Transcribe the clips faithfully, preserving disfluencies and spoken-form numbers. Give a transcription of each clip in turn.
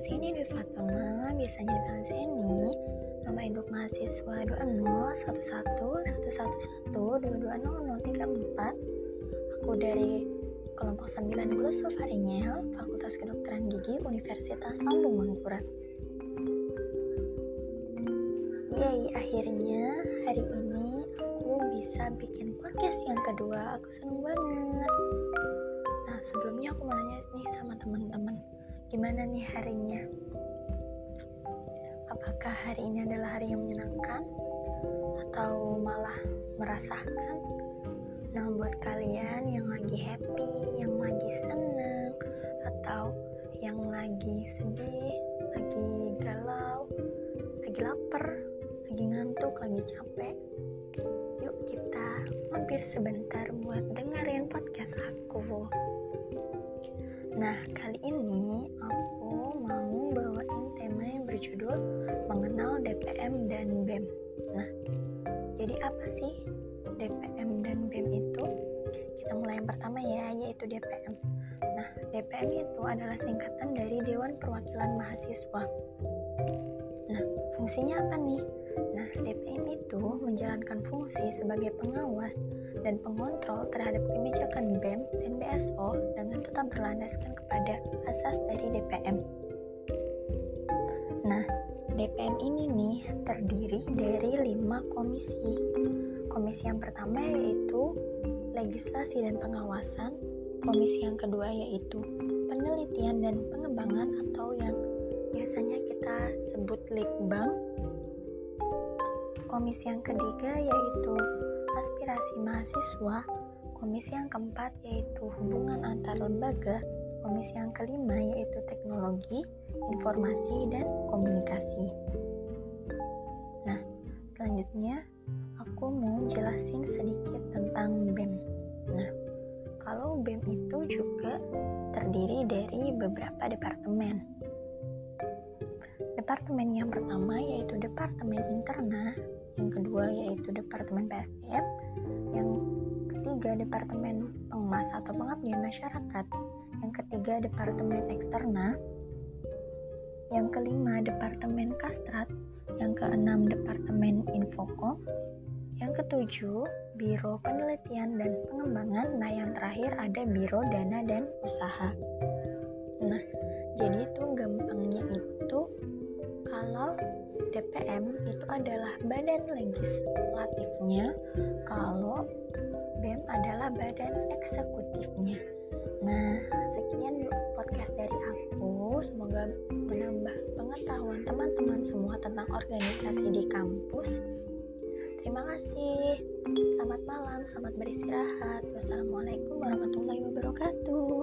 sini Dwi Fatma, biasanya dipanggil Seni, nama induk mahasiswa dua nol satu satu satu satu satu dua dua nol nol tiga empat. Aku dari kelompok sembilan Glossopharyngeal, Fakultas Kedokteran Gigi, Universitas Lambung Mangkurat. Yeay, akhirnya hari ini aku bisa bikin podcast yang kedua. Aku seneng banget. Nah, sebelumnya aku mau nanya nih sama teman-teman, gimana nih harinya? Apakah hari ini adalah hari yang menyenangkan atau malah meresahkan? Nah, buat kalian yang lagi happy, yang lagi senang, atau yang lagi sedih, lagi galau, lagi lapar, lagi ngantuk, lagi capek, yuk kita mampir sebentar buat dengerin podcast aku. Nah, kali ini aku mau bawain tema yang berjudul mengenal D P M dan B E M. Nah, jadi apa sih D P M dan B E M itu? Kita mulai yang pertama ya, yaitu D P M. Nah, D P M itu adalah singkatan dari Dewan Perwakilan Mahasiswa. Nah, fungsinya apa nih? Nah, D P M itu menjalankan fungsi sebagai pengawas dan pengontrol terhadap kebijakan B E M dan B S O dengan tetap berlandaskan kepada asas dari D P M. Nah, D P M ini nih terdiri dari lima komisi. Komisi yang pertama yaitu legislasi dan pengawasan. Komisi yang kedua yaitu penelitian dan pengembangan atau yang biasanya kita sebut Litbang. Komisi yang ketiga yaitu aspirasi mahasiswa. Komisi yang keempat yaitu hubungan antar lembaga. Komisi yang kelima yaitu teknologi, informasi, dan komunikasi. Nah, selanjutnya aku mau jelasin sedikit tentang B E M. Nah, kalau B E M itu juga terdiri dari beberapa departemen. Departemen yang pertama yaitu Departemen Interna, yang kedua yaitu Departemen P S D M, yang ketiga Departemen Pengemas atau Pengabdian Masyarakat, yang ketiga Departemen Eksterna, yang kelima Departemen Kastrat, yang keenam Departemen Infokom, yang ketujuh Biro Penelitian dan Pengembangan, nah yang terakhir ada Biro Dana dan Usaha. Nah, jadi itu gampangnya itu kalau D P M itu adalah badan legislatifnya, kalau B E M adalah badan eksekutifnya. Nah, sekian yuk podcast dari aku. Semoga menambah pengetahuan teman-teman semua tentang organisasi di kampus. Terima kasih. Selamat malam, selamat beristirahat. Wassalamualaikum warahmatullahi wabarakatuh.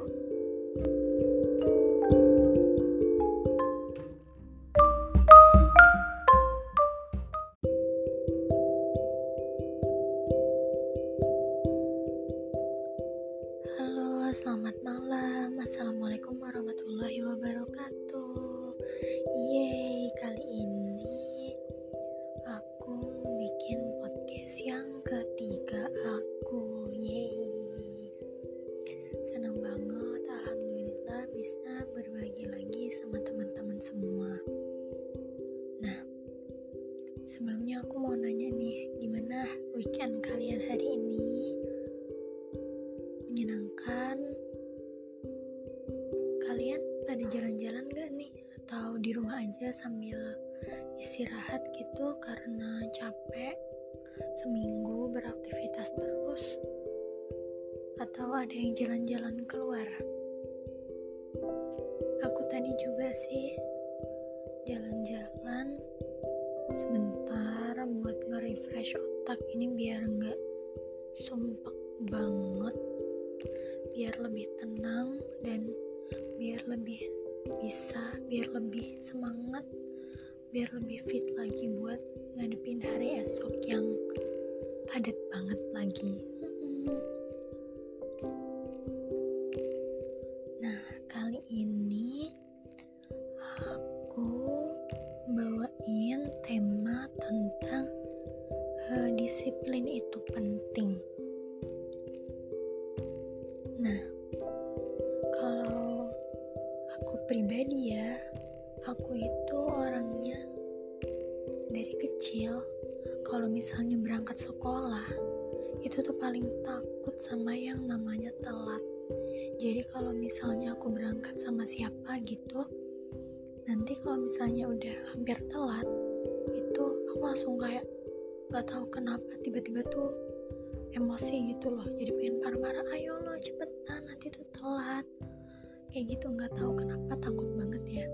Halo, selamat malam. Assalamualaikum warahmatullahi wabarakatuh. Yeay, kali ini aku bikin podcast yang ketiga aku. Yeay. Senang banget, alhamdulillah bisa berbagi lagi sama teman-teman semua. Nah, sebelumnya aku mau nanya nih, gimana weekend kalian hari ini? Menyenangkan? Kalian pada jalan-jalan gak nih? Atau di rumah aja sambil istirahat gitu karena capek seminggu beraktivitas terus? Atau ada yang jalan-jalan keluar? Aku tadi juga sih jalan-jalan sebentar buat nge-refresh otak ini biar gak sumpek banget, biar lebih tenang dan biar lebih bisa, biar lebih semangat, biar lebih fit lagi buat ngadepin hari esok yang padat banget lagi. Nah, kali ini aku bawain tema tentang uh, disiplin itu penting. Nah, kalau aku pribadi ya, Aku itu orangnya dari kecil kalau misalnya berangkat sekolah itu tuh paling takut sama yang namanya telat. Jadi kalau misalnya aku berangkat sama siapa gitu, nanti kalau misalnya udah hampir telat, itu aku langsung kayak gak tahu kenapa tiba-tiba tuh emosi gitu loh. Jadi pengen marah-marah, ayo lo cepetan nanti tuh telat. Kayak gitu, gak tahu kenapa takut banget ya.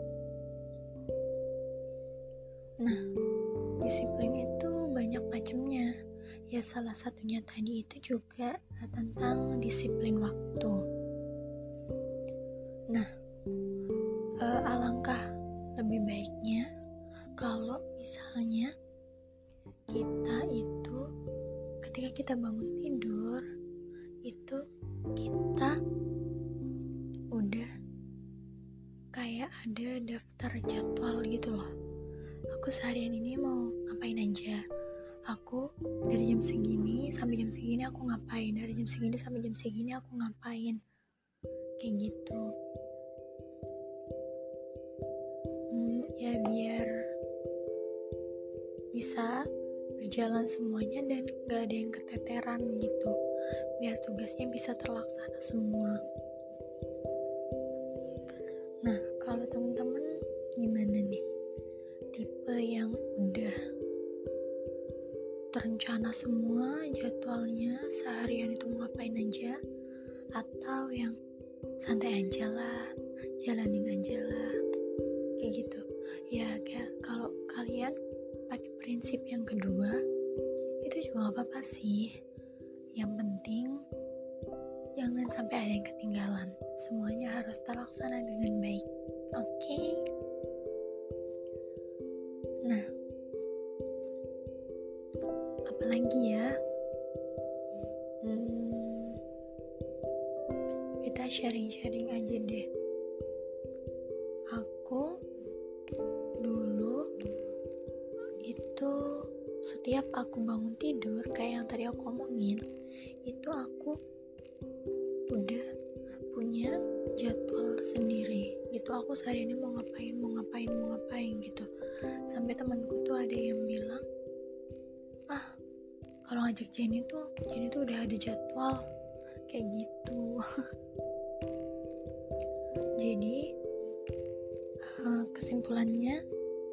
Nah, disiplin itu banyak macamnya. Ya salah satunya tadi itu juga tentang disiplin waktu. Nah, eh, alangkah lebih baiknya kalau misalnya kita itu ketika kita bangun tidur itu kita udah kayak ada daftar jadwal gitu loh. Aku seharian ini mau ngapain aja, aku dari jam segini sampai jam segini aku ngapain, dari jam segini sampai jam segini aku ngapain, kayak gitu. hmm, ya biar bisa berjalan semuanya dan gak ada yang keteteran gitu, biar tugasnya bisa terlaksana semua. Nah, kalau teman-teman gimana nih? Tipe yang udah terencana semua jadwalnya seharian itu mau ngapain aja, atau yang santai aja lah, jalanin aja lah, kayak gitu. Ya kayak kalau kalian pakai prinsip yang kedua itu juga gak apa-apa sih. Yang penting jangan sampai ada yang ketinggalan, semuanya harus terlaksana dengan baik. Oke okay? Nah, apalagi ya, hmm, kita sharing-sharing aja deh. Aku dulu itu setiap aku bangun tidur, kayak yang tadi aku omongin, itu aku udah punya jadwal sendiri gitu. Aku sehari ini mau ngapain, mau ngapain, mau ngapain gitu. Sampai temanku tuh ada yang bilang, ah kalau ngajak Jenny tuh, Jenny tuh udah ada jadwal kayak gitu. Jadi kesimpulannya,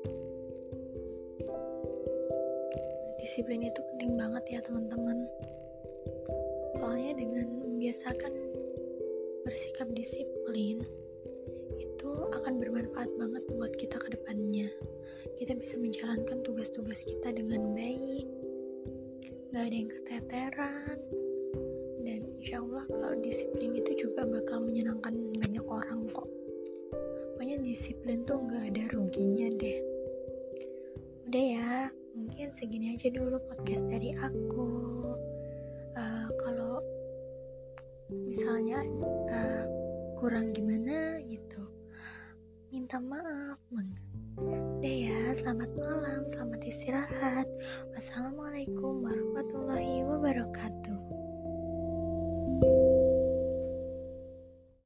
disiplin itu penting banget ya teman-teman. Soalnya dengan membiasakan bersikap disiplin itu akan bermanfaat banget buat kita ke depannya. Kita bisa menjalankan tugas-tugas kita dengan baik, gak ada yang keteteran, dan insya Allah kalau disiplin itu juga bakal menyenangkan banyak orang kok. Pokoknya disiplin tuh gak ada ruginya deh. Udah ya, mungkin segini aja dulu podcast dari aku. Uh, kalau misalnya uh, kurang gimana gitu, minta maaf banget. Udah ya, selamat malam, selamat istirahat. Wassalamualaikum warahmatullahi wabarakatuh.